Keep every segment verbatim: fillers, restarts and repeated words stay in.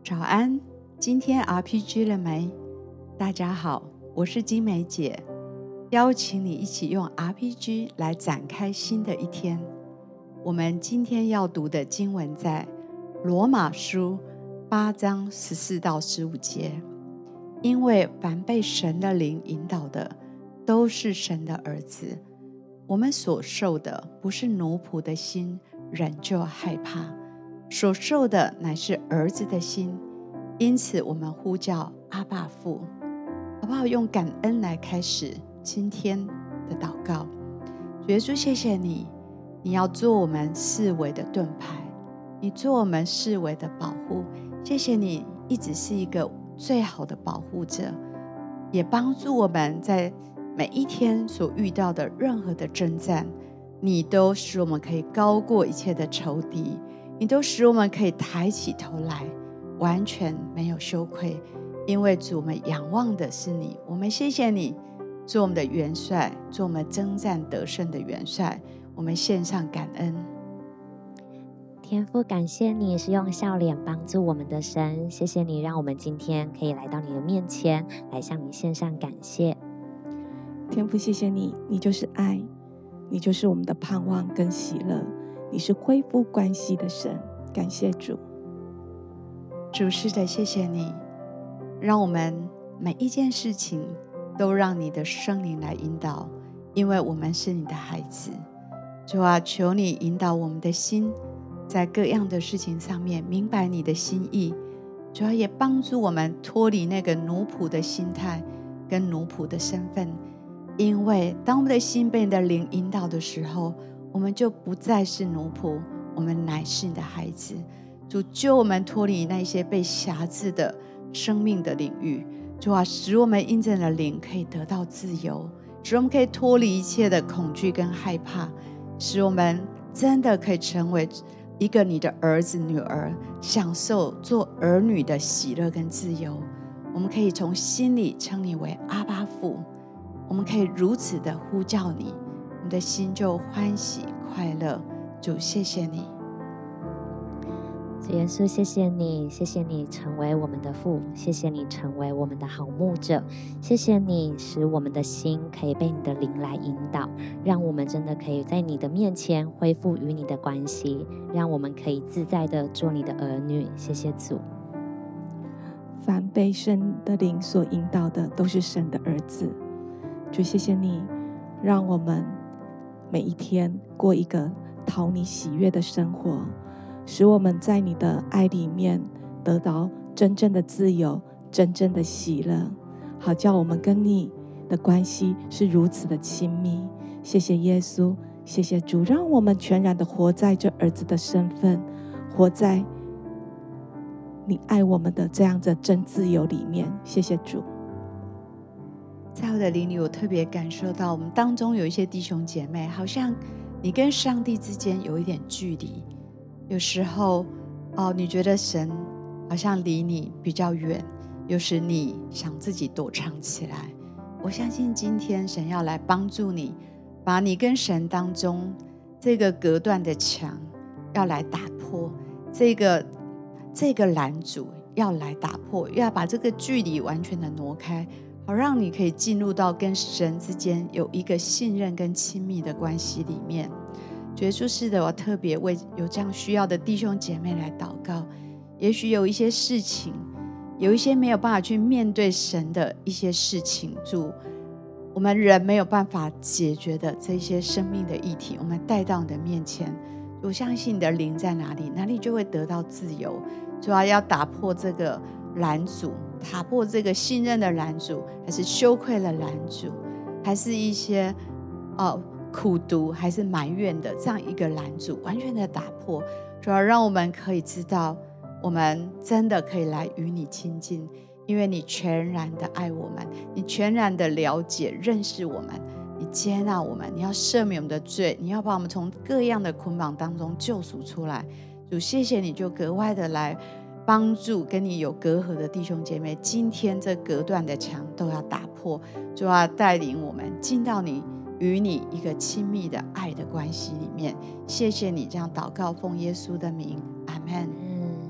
早安，今天 R P G 了没？大家好，我是金梅姐，邀请你一起用 R P G 来展开新的一天。我们今天要读的经文在罗马书八章十四到十五节。因为凡被神的灵引导的，都是神的儿子。我们所受的不是奴仆的心，仍旧害怕；所受的乃是儿子的心，因此我们呼叫阿爸父。好不好？用感恩来开始今天的祷告。主耶稣，谢谢你，你要做我们四围的盾牌，你做我们四围的保护。谢谢你一直是一个最好的保护者，也帮助我们在每一天所遇到的任何的征战，你都使我们可以高过一切的仇敌，你都使我们可以抬起头来，完全没有羞愧。因为主，我们仰望的是你，我们谢谢你做我们的元帅，做我们征战得胜的元帅，我们献上感恩。 天父，感谢你是用笑脸帮助我们的神，谢谢你让我们今天可以来到你的面前，来向你献上感谢。 天父，谢谢你，你就是爱，你就是我们的盼望跟喜乐，你是恢复关系的神，感谢主。 主，是的，谢谢你让我们每一件事情都让你的圣灵来引导，因为我们是你的孩子。主啊，求你引导我们的心，在各样的事情上面明白你的心意。主要也帮助我们脱离那个奴仆的心态跟奴仆的身份，因为当我们的心被你的灵引导的时候，我们就不再是奴仆，我们乃是你的孩子。主，救我们脱离那些被辖制的生命的领域。主啊，使我们因着你的灵可以得到自由，使我们可以脱离一切的恐惧跟害怕，使我们真的可以成为一个你的儿子女儿，享受做儿女的喜乐跟自由。我们可以从心里称你为阿爸父，我们可以如此的呼叫你，我们的心就欢喜快乐。主，谢谢你。 主耶稣，谢谢你，谢谢你成为我们的父，谢谢你成为我们的好牧者，谢谢你使我们的心可以被你的灵来引导，让我们真的可以在你的面前恢复与你的关系，让我们可以自在的做你的儿女。谢谢主。 凡被神的灵所引导的，都是神的儿子。主，谢谢你让我们每一天过一个讨你喜悦的生活，使我们在你的爱里面得到真正的自由，真正的喜乐，好叫我们跟你的关系是如此的亲密。谢谢耶稣，谢谢主，让我们全然的活在这儿子的身份，活在你爱我们的这样的真自由里面。谢谢主。 在我的灵里，我特别感受到我们当中有一些弟兄姐妹，好像你跟上帝之间有一点距离，有时候哦，你觉得神好像离你比较远，有时你想自己躲藏起来。我相信今天神要来帮助你，把你跟神当中这个隔断的墙要来打破，这个这个拦阻要来打破，要把这个距离完全的挪开，好让你可以进入到跟神之间有一个信任跟亲密的关系里面。主耶稣，是的，我特别为有这样需要的弟兄姐妹来祷告。也许有一些事情，有一些没有办法去面对神的一些事情，主，我们人没有办法解决的这些生命的议题，我们带到你的面前。我相信你的灵在哪里，哪里就会得到自由。主要要打破这个拦阻，打破这个信任的拦阻，还是羞愧的拦阻，还是一些哦苦毒还是埋怨的这样一个拦阻，完全的打破。主要让我们可以知道，我们真的可以来与你亲近，因为你全然的爱我们，你全然的了解认识我们，你接纳我们，你要赦免我们的罪，你要把我们从各样的捆绑当中救赎出来。主，谢谢你就格外的来帮助跟你有隔阂的弟兄姐妹，今天这隔断的墙都要打破。主要带领我们进到你与你一个亲密的爱的关系里面。谢谢你这样祷告，奉耶稣的名，阿们。 嗯，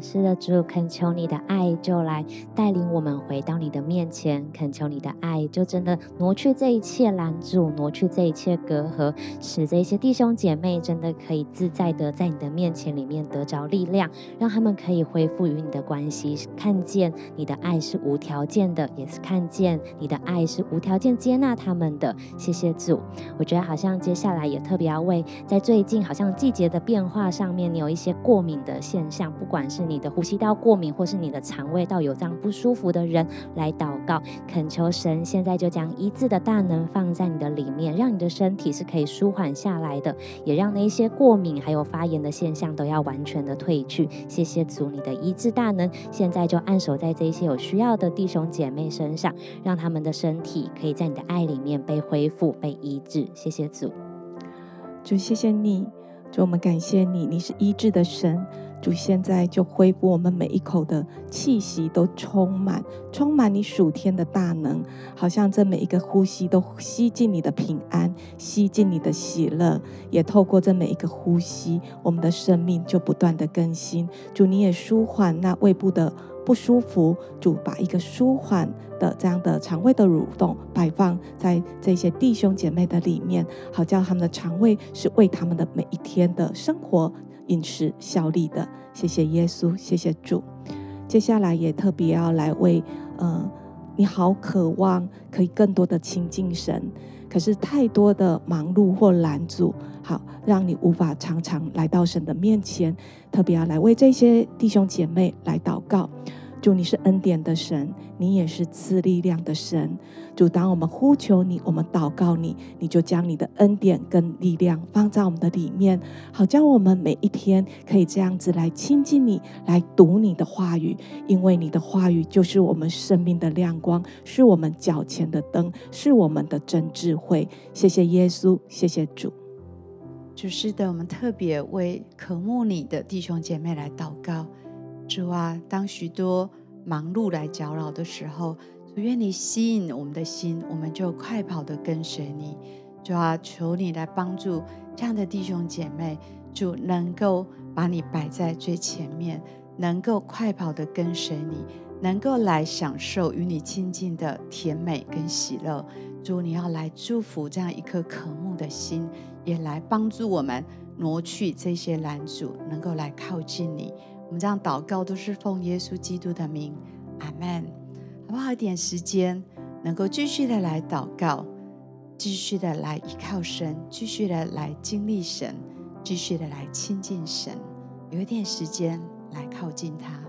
是的，主，恳求你的爱就来带领我们回到你的面前，恳求你的爱就真的挪去这一切拦阻，挪去这一切隔阂，使这些弟兄姐妹真的可以自在的在你的面前里面得着力量，让他们可以恢复与你的关系，看见你的爱是无条件的，也是看见你的爱是无条件接纳他们的。谢谢主。我觉得好像接下来也特别要为在最近好像季节的变化上面，你有一些过敏的现象，不管是你的呼吸道过敏，或是你的肠胃道有这样不舒服的人，来祷告，恳求神现在就将医治的大能放在你的里面，让你的身体是可以舒缓下来的，也让那一些过敏还有发炎的现象都要完全的退去。谢谢主，你的医治大能现在就按手在这一些有需要的弟兄姐妹身上，让他们的身体可以在你的爱里面被恢复被医治。谢谢主。 主，谢谢你，主，我们感谢你，你是医治的神。主，现在就恢复我们每一口的气息都充满充满你属天的大能，好像这每一个呼吸都吸进你的平安，吸进你的喜乐，也透过这每一个呼吸，我们的生命就不断的更新。主，你也舒缓那胃部的不舒服，主，把一个舒缓的这样的肠胃的蠕动摆放在这些弟兄姐妹的里面，好叫他们的肠胃是为他们的每一天的生活饮食效力的。谢谢耶稣，谢谢主。接下来也特别要来为呃，你好渴望可以更多的亲近神，可是太多的忙碌或拦阻，好让你无法常常来到神的面前。特别要来为这些弟兄姐妹来祷告。主，你是恩典的神，你也是赐力量的神。主，当我们呼求你，我们祷告你，你就将你的恩典跟力量放在我们的里面，好叫我们每一天可以这样子来亲近你，来读你的话语，因为你的话语就是我们生命的亮光，是我们脚前的灯，是我们的真智慧。谢谢耶稣，谢谢主。 主，是的，我们特别为渴慕你的弟兄姐妹来祷告。主啊，当许多忙碌来搅扰的时候，主，愿你吸引我们的心，我们就快跑的跟随你。主啊，求你来帮助这样的弟兄姐妹，主能够把你摆在最前面，能够快跑的跟随你，能够来享受与你亲近的甜美跟喜乐。主，你要来祝福这样一颗渴慕的心，也来帮助我们挪去这些拦阻，能够来靠近你。我们这样祷告都是奉耶稣基督的名，阿们。好不好？一点时间能够继续的来祷告，继续的来依靠神，继续的来经历神，继续的来亲近神，有一点时间来靠近他。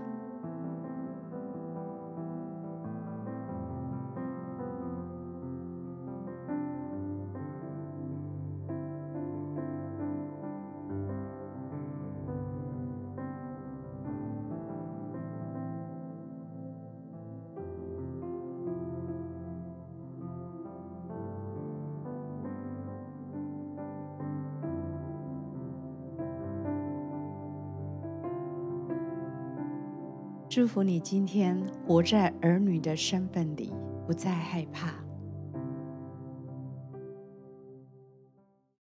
祝福你今天活在儿女的身份里，不再害怕。